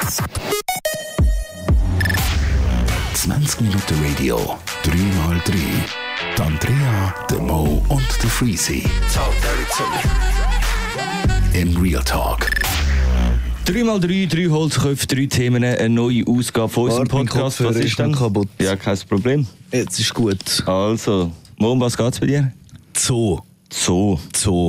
20 Minuten Radio, 3x3. Die Andrea, der Mo und der Freezy. In Real Talk. 3x3, 3 Holzköpfe, 3 Themen, eine neue Ausgabe von unserem Podcast. Was ist denn kaputt? Ja, kein Problem. Jetzt ist gut. Also, Mo, um was geht's bei dir? Zoo. Zoo.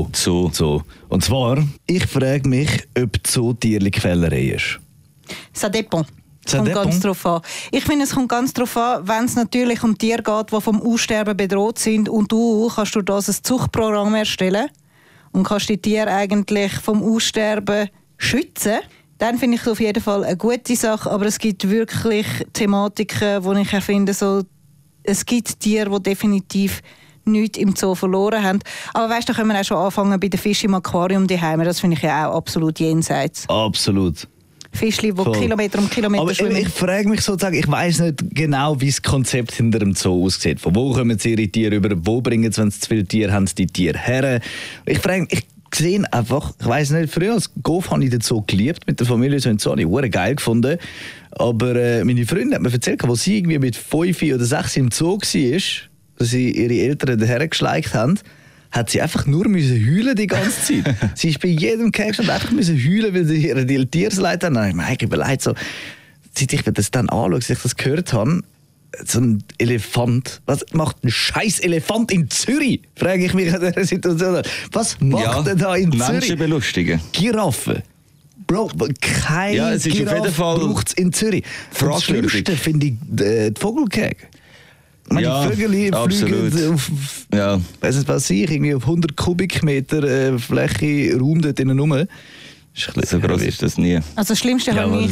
Und zwar, ich frage mich, ob Zootierli Quälerei ist. Ça dépend. Kommt ganz drauf an. Ich finde, es kommt ganz drauf an, wenn es natürlich um Tiere geht, die vom Aussterben bedroht sind und du kannst durch das ein Zuchtprogramm erstellen und kannst die Tiere eigentlich vom Aussterben schützen, dann finde ich es auf jeden Fall eine gute Sache. Aber es gibt wirklich Thematiken, wo ich finde, so, es gibt Tiere, die definitiv nichts im Zoo verloren haben. Aber weißt du, da können wir auch schon anfangen bei den Fischen im Aquarium daheim. Das finde ich ja auch absolut jenseits. Absolut. Fischli, die Kilometer um Kilometer aber schwimmen. Ich frage mich sozusagen, ich weiss nicht genau, wie das Konzept hinter dem Zoo aussieht. Von wo kommen sie ihre Tiere über, wo bringen sie, wenn sie zu viele Tiere haben, die Tiere her? Ich sehe einfach, ich weiss nicht, früher als Golf habe ich den Zoo geliebt mit der Familie, so in Zoo, habe ich geil gefunden. Aber meine Freundin hat mir erzählt, als sie irgendwie mit 5 oder 6 im Zoo war, dass sie ihre Eltern daher geschleicht haben, hat sie einfach nur heulen die ganze Zeit. Sie ist bei jedem Gegenstand einfach heulen, weil sie ihre Tiersleid haben. Dann habe ich mir eigentlich überlegt, so, seit ich mir das dann anschaue, als ich das gehört habe, so ein Elefant. Was macht ein scheiß Elefant in Zürich? Frage ich mich an dieser Situation. Was macht er da in Zürich? Menschen belustigen. Giraffe. Bro, keine Giraffe braucht es in Zürich. Das Schlimmste finde ich die Vogelkäge. Die Vögel fliegen auf, weiss nicht was irgendwie auf 100 Kubikmeter Fläche Raum dort innen rum. So groß ist das nie. Also das Schlimmste habe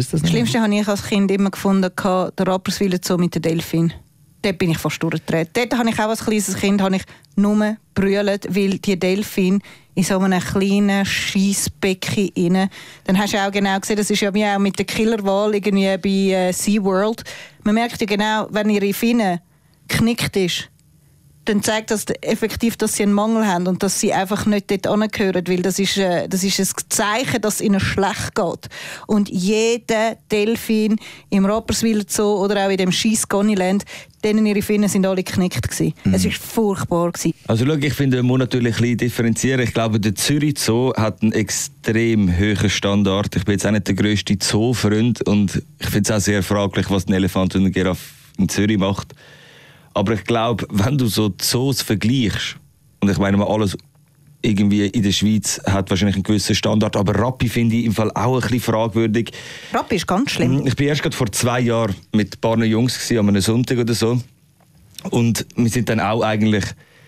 ich als Kind immer gefunden, der Rapperswiller Zoo mit den Delfinen. Dort bin ich fast durchgedreht. Dort habe ich auch als kleines Kind nur brüllt, weil die Delfine in so einem kleinen Scheissbecken rein. Dann hast du auch genau gesehen, das ist ja wie auch mit der Killerwal irgendwie bei SeaWorld. Man merkt ja genau, wenn ihre Finne geknickt ist, dann zeigt das effektiv, dass sie einen Mangel haben und dass sie einfach nicht dort hingehören, weil das ist ein Zeichen, dass es ihnen schlecht geht. Und jeder Delfin im Rapperswiller Zoo oder auch in dem Scheiss Goniland, denen ihre Finnen sind alle geknickt gewesen. Es war furchtbar gewesen. Also schau, ich finde, man muss natürlich ein bisschen differenzieren. Ich glaube, der Zürich Zoo hat einen extrem hohen Standard. Ich bin jetzt auch nicht der grösste Zoo-Freund und ich finde es auch sehr fraglich, was ein Elefant und eine Giraffe in Zürich macht. Aber ich glaube, wenn du so Zoos vergleichst, und ich meine mal, alles irgendwie in der Schweiz hat wahrscheinlich einen gewissen Standard, aber Rappi finde ich im Fall auch ein bisschen fragwürdig. Rappi ist ganz schlimm. Ich war erst gerade vor 2 Jahren mit ein paar Jungs an einem Sonntag oder so. Und wir sind dann auch eigentlich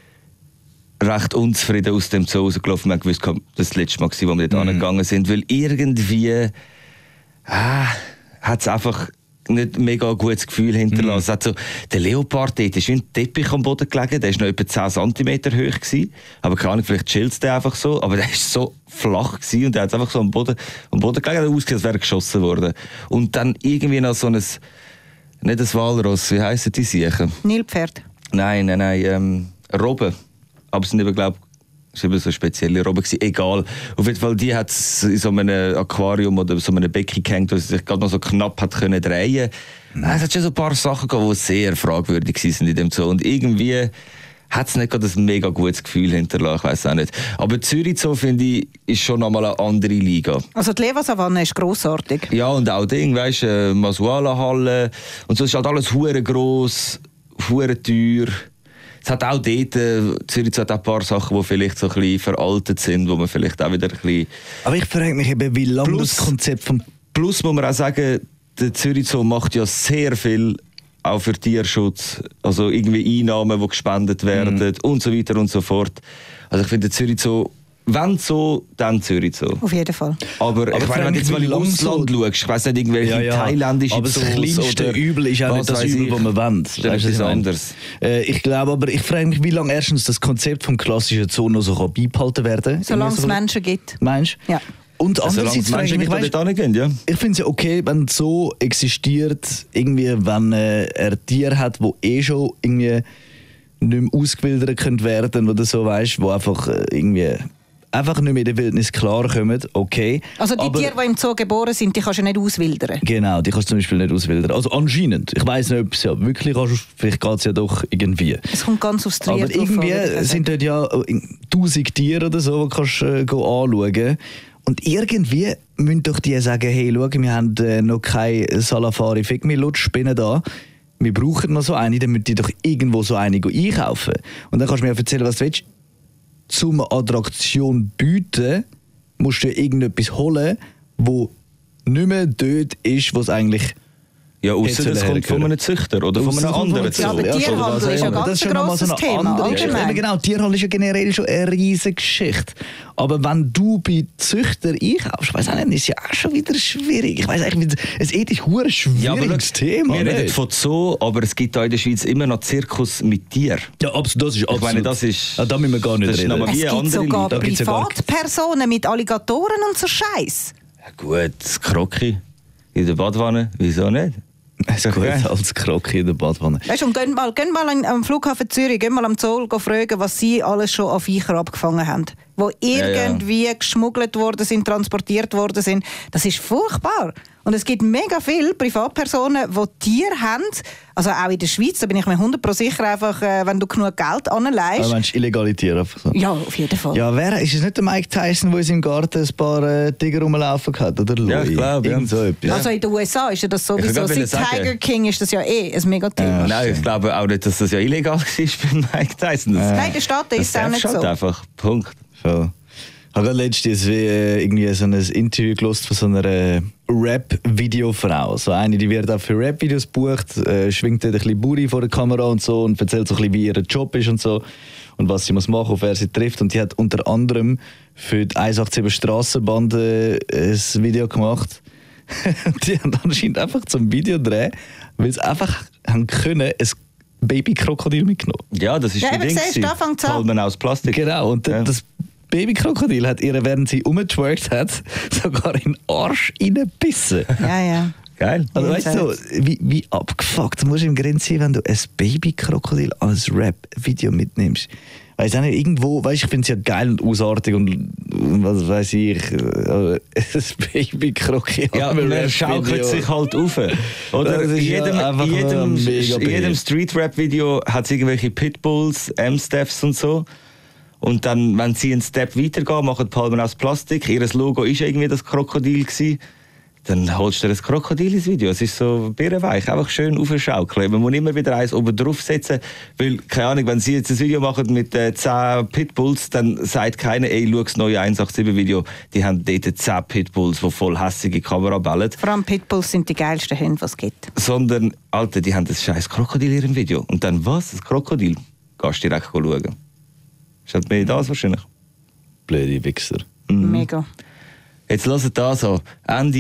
recht unzufrieden aus dem Zoo rausgelaufen. Wir haben gewusst, das war das letzte Mal, wo wir dort angegangen sind, weil irgendwie hat es einfach nicht ein mega gutes Gefühl hinterlassen. Also, der Leopard dort ist wie ein Teppich am Boden gelegen, der war noch etwa 10 cm hoch gewesen. Aber keine Ahnung, vielleicht chillt der einfach so. Aber der war so flach gewesen und der hat einfach so am Boden gelegen, der ausgesehen, als wäre geschossen worden. Und dann irgendwie noch so ein, nicht ein Walross, wie heissen die Siechen? Nilpferd? Nein, Robben. Aber es sind eben, glaube es war eben so eine spezielle Robbe. Egal. Auf jeden Fall, die hat es in so einem Aquarium oder so einem Becken gehängt, wo sie sich gerade noch so knapp hat können drehen. Es hat schon so ein paar Sachen gehabt, die sehr fragwürdig waren in dem Zoo. Und irgendwie hat es nicht gerade ein mega gutes Gefühl hinterlassen, ich weiss auch nicht. Aber Zürich Zoo, finde ich, ist schon nochmal eine andere Liga. Also die Levasavanne ist grossartig. Ja, und auch Ding, weißt du, Masuala-Halle. Und so ist halt alles hure gross, hure teuer. Es hat auch dort, Zürich hat auch ein paar Sachen, die vielleicht so ein bisschen veraltet sind, wo man vielleicht auch wieder ein bisschen... Aber ich frage mich eben, wie lange das Konzept vom... Plus muss man auch sagen, der Zürich Zoo macht ja sehr viel auch für Tierschutz, also irgendwie Einnahmen, die gespendet werden und so weiter und so fort. Also ich finde, der Zürich Zoo, wenn so, dann Zürich Zoo. Auf jeden Fall. Aber ich meine, wenn du jetzt mal im Ausland schaust, ich weiss nicht, irgendwelche thailändischen aber das kleinste Übel ist auch nicht das Übel, das man wollen. Das ist etwas anderes. Ich glaube aber, ich frage mich, wie lange erstens das Konzept vom klassischen Zoo noch so beibehalten werden kann. Solange es Menschen gibt. Meinst du? Ja. Und andererseits frage ich mich, ich finde es ja okay, wenn so existiert, irgendwie, wenn er Tiere hat, die schon irgendwie nicht mehr ausgewildert werden können oder so, weißt, wo einfach irgendwie einfach nicht mehr in der Wildnis klarkommen, okay. Also die Tiere, die im Zoo geboren sind, die kannst du nicht auswildern? Genau, die kannst du zum Beispiel nicht auswildern. Also anscheinend. Ich weiss nicht, ob es ja wirklich kannst, vielleicht geht es ja doch irgendwie. Es kommt ganz aufs Trier drauf. Aber irgendwie sind dort ja 1000 Tiere oder so, die kannst du anschauen. Und irgendwie müssen doch die sagen, hey, schau, wir haben noch keine Salafari Figmi-Lutschspinnen da. Wir brauchen noch so eine, dann müssen die doch irgendwo so eine einkaufen. Und dann kannst du mir erzählen, was du willst. Zum Attraktion bieten, musst du irgendetwas holen, wo nicht mehr dort ist, wo es eigentlich... Ja, ausser das kommt von einem Züchter oder von einem anderen Zoo. Ja, aber Tierhandel ist ja ganz ein grosses Thema. Genau, Tierhandel ist ja generell schon eine riesige Geschichte. Aber wenn du bei Züchtern einkaufst, ich weiss auch nicht, ist ja auch schon wieder schwierig. Ich weiss eigentlich, es ist ethisch ein schwieriges Thema. Wir reden von Zoo, aber es gibt auch in der Schweiz immer noch Zirkus mit Tieren. Ja, absolut, das ist absolut. Ich meine, das ist... Ja, da müssen wir gar nicht reden. Es gibt sogar Privatpersonen mit Alligatoren und so Scheiß. Ja gut, das Kroki in der Badwanne, wieso nicht? Es ist gut als Kroki in der Badwanne. Weißt du, und gehen mal am Flughafen Zürich, gehen mal am Zoll fragen, was sie alles schon an Viecher abgefangen haben. Die irgendwie geschmuggelt worden sind, transportiert worden sind. Das ist furchtbar. Und es gibt mega viele Privatpersonen, die Tiere haben. Also auch in der Schweiz, da bin ich mir 100% sicher, einfach, wenn du genug Geld anleihst. Aber meinst du illegale Tiere? Einfach so. Ja, auf jeden Fall. Ja, ist es nicht der Mike Tyson, der in seinem Garten ein paar Tiger rumlaufen hat? Oder Louis? Ja, ich glaube. Ja. So also in den USA ist ja das sowieso. Seit Tiger King ist das ja ein Megathema. Nein, ich glaube auch nicht, dass das ja illegal war bei Mike Tyson. Nein, in den Staaten ist es auch nicht so. Einfach. Punkt. So. Ich habe letztens irgendwie so ein Interview gehört von so einer Rap-Videofrau. So eine, die wird auch für Rap-Videos gebucht, schwingt ein bisschen Buri vor der Kamera und so und erzählt so ein bisschen, wie ihr Job ist und so und was sie machen muss, auf wer sie trifft. Und die hat unter anderem für die 187 Strassenbande ein Video gemacht. Die haben anscheinend einfach zum Video drehen, weil sie einfach haben können, ein Babykrokodil mitgenommen. Ja, das ist ja, ein Ding. Palmen aus Plastik. Genau, und das Babykrokodil hat ihr, während sie umgetwerkt hat, sogar in den Arsch reingebissen. Ja. Geil. Also weißt du, so, wie abgefuckt musst du im Grenz sein, wenn du ein Babykrokodil als Rap-Video mitnimmst. Weißt du nicht, irgendwo, weißt, ich finde es ja geil und ausartig und was weiß ich, ein Babykrokodil. Ja, man schaukelt sich halt auf. Oder in jedem Street-Rap-Video hat es irgendwelche Pitbulls, M-Steps und so. Und dann, wenn sie einen Step weitergehen, machen die Palmen aus Plastik. Ihr Logo war irgendwie das Krokodil gewesen. Dann holst du das Krokodil ins Video. Es ist so birrenweich, einfach schön aufschaukeln. Man muss immer wieder eins oben draufsetzen, weil, keine Ahnung, wenn sie jetzt ein Video machen mit 10 Pitbulls, dann sagt keiner, ey, schau das neue 187-Video, die haben dort 10 Pitbulls, die voll hässige Kamera bellen. Vor allem Pitbulls sind die geilsten Hunde, die es gibt. Sondern, Alter, die haben das scheiß Krokodil in ihrem Video. Und dann, was? Das Krokodil? Gehst du direkt schauen. Ist halt mehr das wahrscheinlich. Blöde Wichser. Mega. Jetzt hört das an. Ende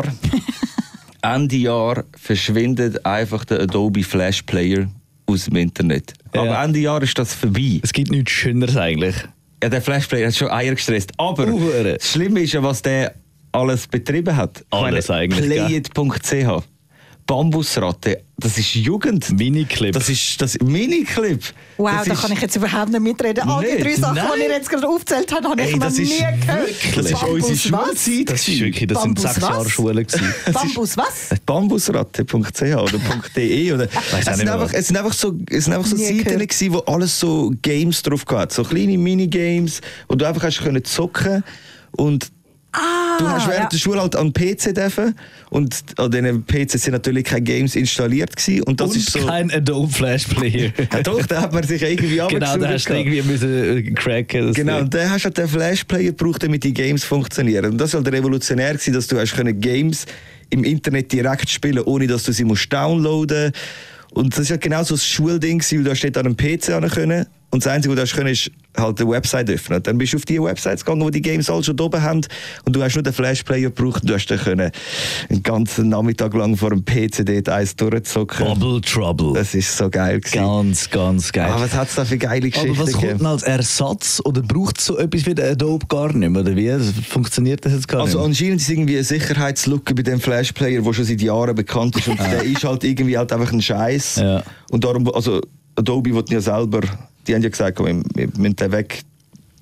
Jahr verschwindet einfach der Adobe Flash Player aus dem Internet. Ja. Aber Ende Jahr ist das vorbei. Es gibt nichts Schöneres eigentlich. Ja, der Flash Player hat schon Eier gestresst. Aber das Schlimme ist ja, was der alles betrieben hat. Alles eigentlich. Playit.ch. Bambusratte, das ist Jugend. Miniclip. Das ist Miniclip. Wow, das da kann ich jetzt überhaupt nicht mitreden. All die 3 Sachen, die ihr jetzt gerade aufgezählt habt, habe ich noch nie gehört. Das ist unsere Schulzeit. Das ist wirklich, das sind 6 Jahre Schule. Bambus was? Bambusratte.ch oder .de oder es sind einfach so Seiten gewesen, wo alles so Games drauf gehabt, so kleine Minigames, wo du einfach hast können zocken und du hast während der Schule halt an den PC dürfen und an diesen PCs sind natürlich keine Games installiert gewesen. Und das ist so kein Adobe Flash Player. Ja, doch, da hat man sich irgendwie genau, da hast du irgendwie müssen cracken. Genau, und dann hast du halt den Flash Player gebraucht, damit die Games funktionieren. Und das war halt revolutionär gewesen, dass du hast Games im Internet direkt spielen, ohne dass du sie musst downloaden. Und das ist ja genau so ein Schulding gewesen, weil du hast dort an einem PC ran können. Und das Einzige, was du können, ist halt eine Website öffnen. Dann bist du auf die Websites gegangen, wo die Games alle schon oben haben. Und du hast nur den Flash-Player gebraucht. Du hast dann können einen ganzen Nachmittag lang vor dem PC dort eins durchzocken. Bubble Trouble. Das ist so geil gewesen. Ganz, ganz geil. Aber was hat es da für geile Geschichten gegeben? Aber was kommt denn als Ersatz? Oder braucht es so etwas wie der Adobe gar nicht mehr? Oder wie? Funktioniert das jetzt gar nicht mehr? Also anscheinend ist irgendwie eine Sicherheitslücke bei dem Flash-Player, der schon seit Jahren bekannt ist. Und der ist halt irgendwie halt einfach ein Scheiß. Ja. Und darum, also Adobe will ja selber, die haben ja gesagt, wir müssen den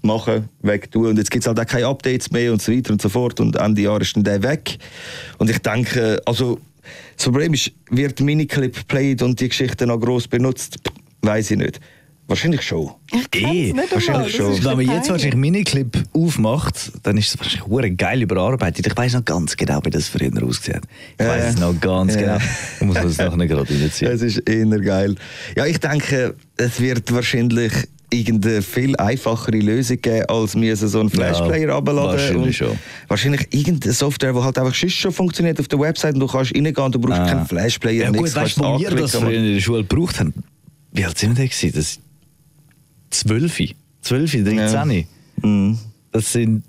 machen, weg tun. Und jetzt gibt es halt auch keine Updates mehr und so weiter und so fort. Und Ende Jahr ist dann der weg. Und ich denke, also das Problem ist, wird Miniclip played und die Geschichte noch gross benutzt? Weiß ich nicht. Wahrscheinlich schon. Wahrscheinlich schon. Wenn man jetzt wahrscheinlich Miniclip aufmacht, dann ist es wahrscheinlich eine geil überarbeitet. Ich weiss noch ganz genau, wie das früher ausgesehen hat. Ich weiss es noch ganz genau. Ich muss das nachher gerade reinziehen. Es ist eher geil. Ja, ich denke, es wird wahrscheinlich irgendeine viel einfachere Lösung geben, als mir so einen Flashplayer runterladen. Wahrscheinlich schon. Wahrscheinlich irgendeine Software, die halt einfach schon funktioniert auf der Website und du kannst reingehen und du brauchst keinen Flashplayer. Ja gut, weißt du, wo wir das früher in der Schule gebraucht haben? Wie alt sind wir denn? Das 12, 13. Ja. Das sind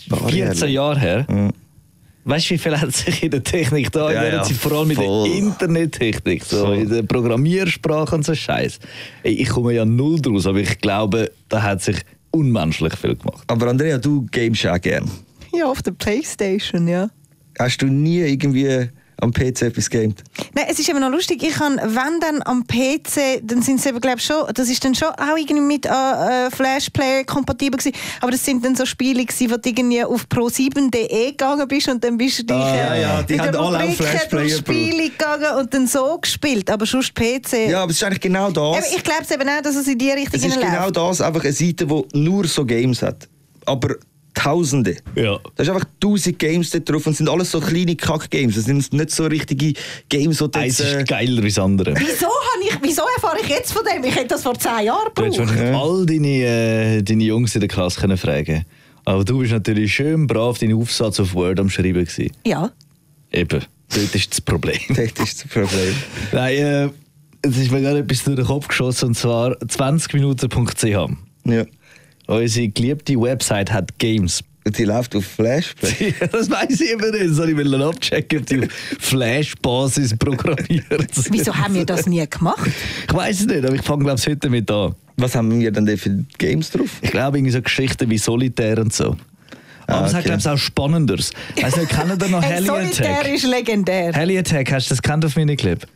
14 Jahre her. Ja. Weißt du, wie viel hat sich in der Technik da geändert? Vor allem in der Internettechnik, so in der Programmiersprache und so Scheiß. Ich komme ja null draus, aber ich glaube, da hat sich unmenschlich viel gemacht. Aber Andrea, du gamest auch gern. Ja, auf der Playstation, ja. Hast du nie irgendwie am PC etwas gamed? Nein, es ist eben noch lustig. Ich kann, wenn dann am PC, dann sind es eben, glaube ich, schon, das ist dann schon auch irgendwie mit Flashplayer kompatibel gewesen. Aber das sind dann so Spiele gewesen, wo du irgendwie auf pro7.de gegangen bist und dann bist du die haben alle auch Flashplayer Spiele gegangen und dann so gespielt. Aber sonst PC. Ja, aber es ist eigentlich genau das. Eben, ich glaube es eben auch, dass es in die Richtung läuft. Es ist genau das, einfach eine Seite, die nur so Games hat. Aber Tausende. Ja. Da ist einfach 1000 Games da drauf und es sind alles so kleine Kack-Games. Das sind nicht so richtige Games, die eins ist geiler als das andere. Wieso erfahre ich jetzt von dem? Ich hätte das vor 10 Jahren gebraucht. Du hättest wahrscheinlich all deine Jungs in der Klasse können fragen. Aber du bist natürlich schön brav deinen Aufsatz auf Word am Schreiben gewesen. Ja. Eben. Dort ist das Problem. Das ist das Problem. Nein, es ist mir gerade etwas durch den Kopf geschossen, und zwar 20minuten.ch. Ja. Unsere geliebte Website hat Games. Die läuft auf Flashplayer. Das weiss ich eben nicht. Soll ich abchecken, ob die auf Flash-Basis programmiert sind? Wieso haben wir das nie gemacht? Ich weiss es nicht, aber ich fange glaube ich heute mit an. Was haben wir denn für Games drauf? Ich glaube, irgendwie so Geschichten wie Solitär und so. Aber es hat, glaube ich, auch Spannenderes. Weißt du, kennen ihr noch Heli Attack? Solitär ist legendär. Heli Attack, hast du das gekannt auf Miniclip?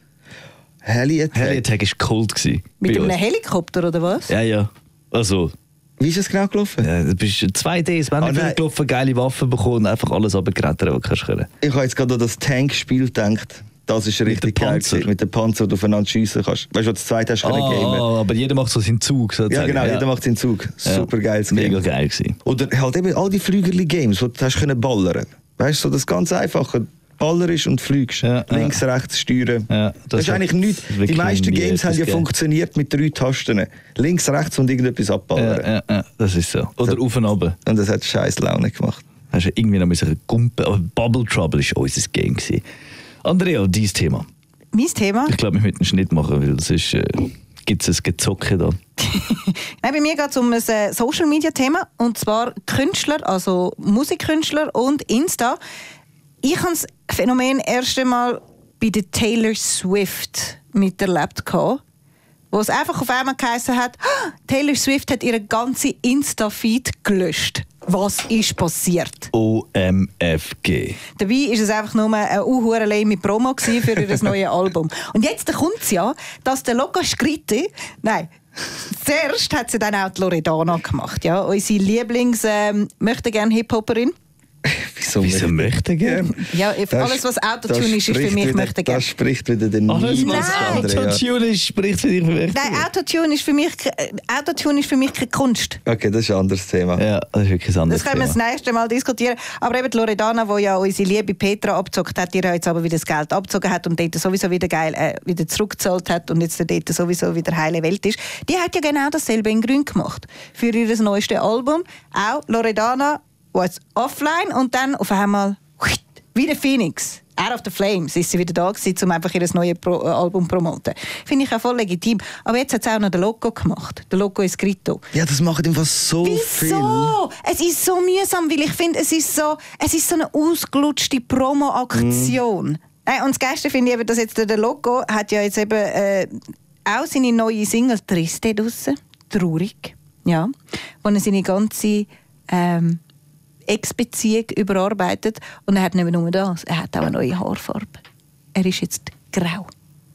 Heli Attack? Heli Attack war Kult. Mit einem Helikopter, oder was? Ja. Also... Wie ist das genau gelaufen? Ja, du bist 2Ds, wenn du gelaufen, geile Waffen bekommen und einfach alles runtergerattern, was du können. Ich habe jetzt gerade an das Tankspiel gedacht. Das ist richtig geil gewesen, mit dem Panzer, den du aufeinander schiessen kannst. Weißt du, was du zweit hast können gamen. Aber jeder macht so seinen Zug, sozusagen. Ja, genau, jeder macht seinen Zug. Super geil. Mega geil gewesen. Oder halt eben all die Flügerli-Games, wo du hast können ballern. Weißt du, so das ganz Einfache. Ballerisch und fliegst. Links, rechts steuern. Ja, das ist eigentlich nichts. Die meisten Games haben ja funktioniert mit 3 Tasten. Links, rechts und irgendetwas abballern. Ja, das ist so. Oder auf und runter. Und das hat scheiß Laune gemacht. Hast du irgendwie noch eine Gumpe. Aber Bubble Trouble war unser Game gewesen. Andrea, dein Thema. Mein Thema? Ich glaube, ich möchte einen Schnitt machen, weil es ist... Gibt es ein Gezocke da? Nein, bei mir geht es um ein Social-Media-Thema. Und zwar Künstler, also Musikkünstler und Insta. Ich habe das Phänomen erst einmal bei der Taylor Swift miterlebt, wo es einfach auf einmal geheißen hat, Taylor Swift hat ihren ganzen Insta-Feed gelöscht. Was ist passiert? OMFG. Dabei war es einfach nur eine lame Promo für ihr neues Album. Und jetzt kommt es ja, dass der Luca Scritti, zuerst hat sie dann auch die Loredana gemacht, ja, unsere möchte gerne Hip-Hopperin. Wieso möchte gern? Ja, alles was Autotune ist für mich möchte gern. Das spricht wieder den Alles was Autotune ist, spricht für dich möchte. Nein, Autotune ist für mich keine Kunst. Okay, das ist ein anderes Thema. Ja, das ist wirklich ein anderes Thema. Das können wir das nächste Mal diskutieren. Aber eben die Loredana, die ja unsere liebe Petra abgezockt hat, die jetzt aber wieder das Geld abgezogen hat und dort sowieso wieder geil wieder zurückgezahlt hat und jetzt dort sowieso wieder heile Welt ist, die hat ja genau dasselbe in Grün gemacht. Für ihr neuestes Album. Auch Loredana was offline und dann auf einmal wie der Phoenix, out of the flames, ist sie wieder da gewesen, um einfach ihr neues Album zu promoten. Finde ich auch voll legitim. Aber jetzt hat es auch noch den Logo gemacht. Der Logo ist Escrito. Ja, das macht einfach so viel. Wieso? Es ist so mühsam, weil ich finde, es ist so eine ausgelutschte Promo-Aktion. Und das Geilste finde ich eben, dass jetzt der Logo hat ja jetzt eben auch seine neue Single «Triste» draussen. Traurig. Ja. Wo er seine ganze Ex-Beziehung überarbeitet. Und er hat nicht nur das, er hat auch eine neue Haarfarbe. Er ist jetzt grau.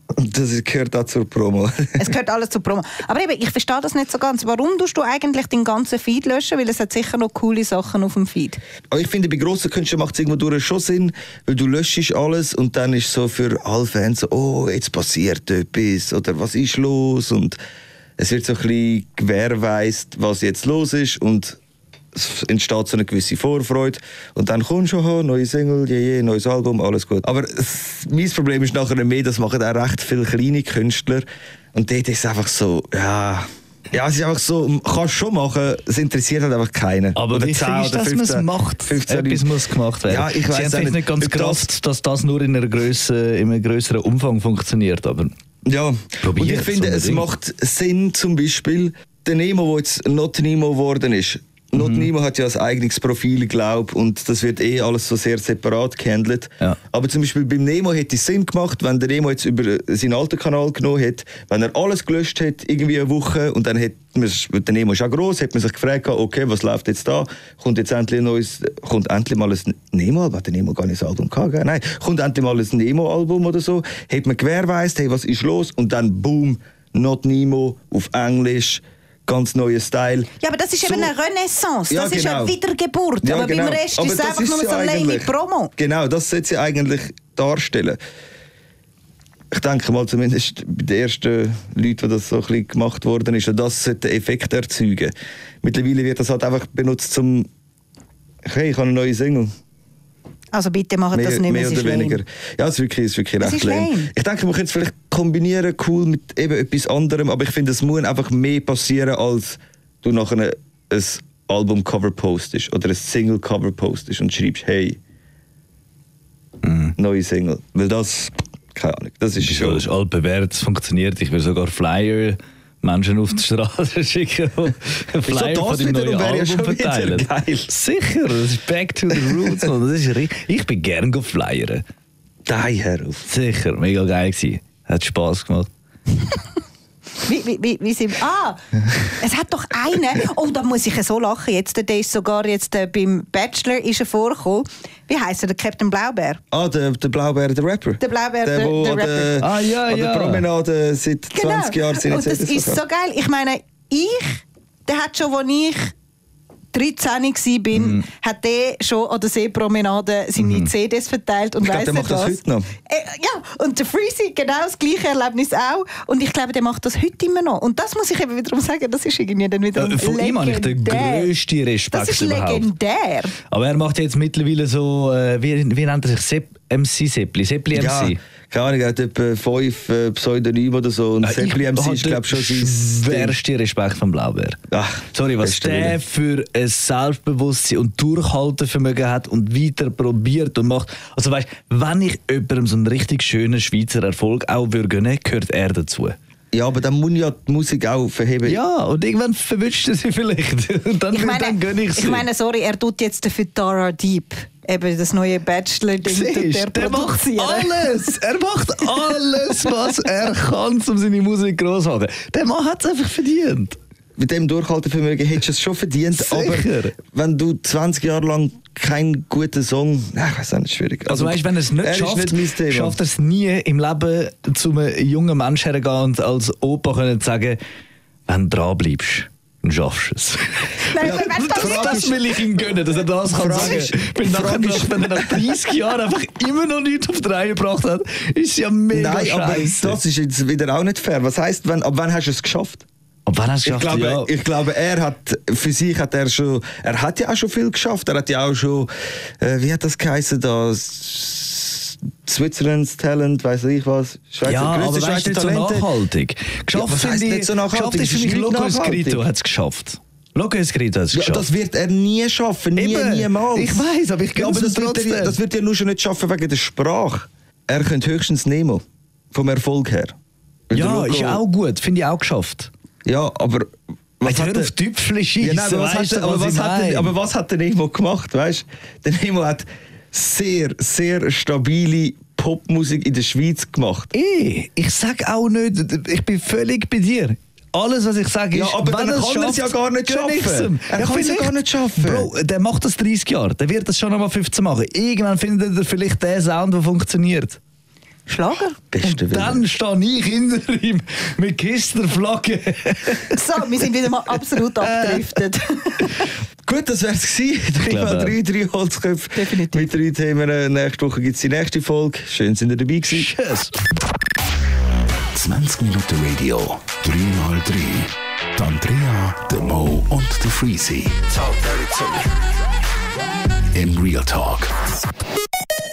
Das gehört auch zur Promo. Es gehört alles zur Promo. Aber eben, ich verstehe das nicht so ganz. Warum tust du eigentlich den ganzen Feed löschen? Weil es hat sicher noch coole Sachen auf dem Feed. Aber ich finde, bei grossen Künstlern macht es irgendwo durch schon Sinn, weil du löschst alles und dann ist so für alle Fans so, oh, jetzt passiert etwas oder was ist los? Und es wird so ein bisschen gewährweist, was jetzt los ist und es entsteht so eine gewisse Vorfreude und dann kommt schon neue Single, neues Album, alles gut. Aber mein Problem ist nachher mehr, das machen auch recht viele kleine Künstler und dort ist es einfach so, ja, es ist einfach so, kannst schon machen, es interessiert halt einfach keinen. Aber oder wichtig ist, dass man es macht. Etwas muss gemacht werden. Ja, ich weiss Sie haben nicht ganz gerafft, dass das nur in einem grösseren Umfang funktioniert, aber ja, und ich finde, es macht Sinn, zum Beispiel, der Nemo, der jetzt Not Nemo geworden ist. Not Nemo hat ja ein eigenes Profil, glaube und das wird alles so sehr separat gehandelt. Ja. Aber zum Beispiel beim Nemo hätte es Sinn gemacht, wenn der Nemo jetzt über seinen alten Kanal genommen hätte, wenn er alles gelöscht hätte, irgendwie eine Woche, und dann hätte man, der Nemo ist auch gross, hätte man sich gefragt, okay, was läuft jetzt da? Kommt jetzt endlich mal ein Nemo-Album? Hat der Nemo gar nicht ein Album gehabt? Nein, kommt endlich mal ein Nemo-Album oder so? Hätte man gewährweist, hey, was ist los? Und dann boom, Not Nemo auf Englisch. Ganz neuer Style. Ja, aber das ist eben eine Renaissance. Das ist eine Wiedergeburt. Ja, aber genau. beim Rest ist es einfach nur so eine lame Promo. Genau, das sollte sie eigentlich darstellen. Ich denke mal, zumindest bei den ersten Leuten, die das so ein bisschen gemacht worden ist, das sollte einen Effekt erzeugen. Mittlerweile wird das halt einfach benutzt zum hey, ich habe eine neue Single. Also bitte machen das nicht mehr, oder weniger. Ja, es ist wirklich recht lame. Ich denke, man könnte es vielleicht kombinieren, cool, mit eben etwas anderem, aber ich finde, es muss einfach mehr passieren, als du nachher ein Albumcover postest oder ein Single-Cover postest und schreibst, hey, neue Single. Weil das, keine Ahnung, das ist schon... Das ist altbewährt, es funktioniert. Ich will sogar Flyer Menschen auf die Straße schicken und Flyer von dem neuen Album verteilen. Geil. Sicher, das ist back to the roots. Das ist ich bin gern flyern. Nein, hör auf. Sicher, mega geil gewesen. Hat Spass gemacht. Wie sind es hat doch einen, oh, da muss ich so lachen, jetzt, der ist sogar jetzt beim Bachelor ist er vorgekommen. Wie heisst er, der Captain Blaubeer? Der Blaubeer, der Rapper. Der Blaubeer, der Rapper. An der Promenade seit 20 Jahren sind. Und das ist so geil. Ich meine, der hat schon, als ich 13 war, hat der schon an der Seepromenade seine CDs verteilt. Und ich glaube, der macht das heute noch. Ja, und der Freezy, genau das gleiche Erlebnis auch. Und ich glaube, der macht das heute immer noch. Und das muss ich eben wiederum sagen, das ist irgendwie dann wieder von ihm habe ich den grössten Respekt. Das ist legendär. Aber er macht jetzt mittlerweile so, wie nennt er sich? MC Seppli MC. Ja. Keine Ahnung, er hat etwa 5 Pseudonyme oder so. Und Seppli MC ist, glaube ich, schon sein schwerste Respekt vom Blaubeer. Sorry, was der für ein Selbstbewusstsein und Durchhaltevermögen hat und weiter probiert und macht. Also weißt, wenn ich jemandem so einen richtig schönen Schweizer Erfolg auch gönnen, gehört er dazu. Ja, aber dann muss ja die Musik auch verheben. Ja, und irgendwann verwünscht er sie vielleicht. Und dann gönne ich sie. Ich meine, sorry, er tut jetzt für Tara Deep. Eben das neue Bachelor-Ding. Der macht alles! Er macht alles, was er kann, um seine Musik gross zu machen. Der Mann hat es einfach verdient. Mit dem Durchhaltevermögen hättest du es schon verdient. Sicher. Aber wenn du 20 Jahre lang keinen guten Song... ich weiß nicht, schwierig. Also weißt, wenn er es nicht schafft, schafft er es nie im Leben, zu einem jungen Menschen hergehen und als Opa können sagen, wenn du dranbleibst, dann schaffst du es. Nein, das will ich ihm gönnen, dass er das kann sagen. Wenn er nach 30 Jahren einfach immer noch nichts auf die Reihe gebracht hat, ist es ja mega scheiße. Aber das ist jetzt wieder auch nicht fair. Was heisst, ab wann hast du es geschafft? Ab wann hast du es geschafft? Ich glaube, er hat ja auch schon viel geschafft. Er hat ja auch schon, wie hat das geheißen, Switzerland's Talent, weiss ich was. Ja, aber weißt du, nicht so nachhaltig. Geschafft nicht so nachhaltig? Geschafft ist für mich Loco Escrito, hat es geschafft. Loco Escrito hat es geschafft. Das wird er nie schaffen, niemals. Ich weiss, aber ich glaube, das wird er nur schon nicht schaffen wegen der Sprache. Er könnte höchstens Nemo, vom Erfolg her. Ja, ist auch gut, finde ich auch geschafft. Ja, aber... Was hat auf Tüpfel schießen, aber was hat der Nemo gemacht, weißt? Der Nemo hat sehr, sehr stabile Popmusik in der Schweiz gemacht. Ich sage auch nicht, ich bin völlig bei dir. Alles, was ich sage, ist, aber dann kann er es ja gar nicht schaffen. Er kann es ja gar nicht schaffen. Bro, der macht das 30 Jahre, der wird das schon einmal 15 machen. Irgendwann findet er vielleicht den Sound, der funktioniert. Schlager. Beste Wille. Dann stehe ich hinter ihm mit Kisterflagge. So, wir sind wieder mal absolut abgedriftet. Gut, das wär's gewesen. 3x3 Holzköpfe. Definitiv. Mit 3 Themen. Nächste Woche gibt's die nächste Folge. Schön, sind ihr dabei gewesen. Tschüss. 20 Minuten Radio, 3x3. Die Andrea, der Mo und der Freezy. Im Real Talk.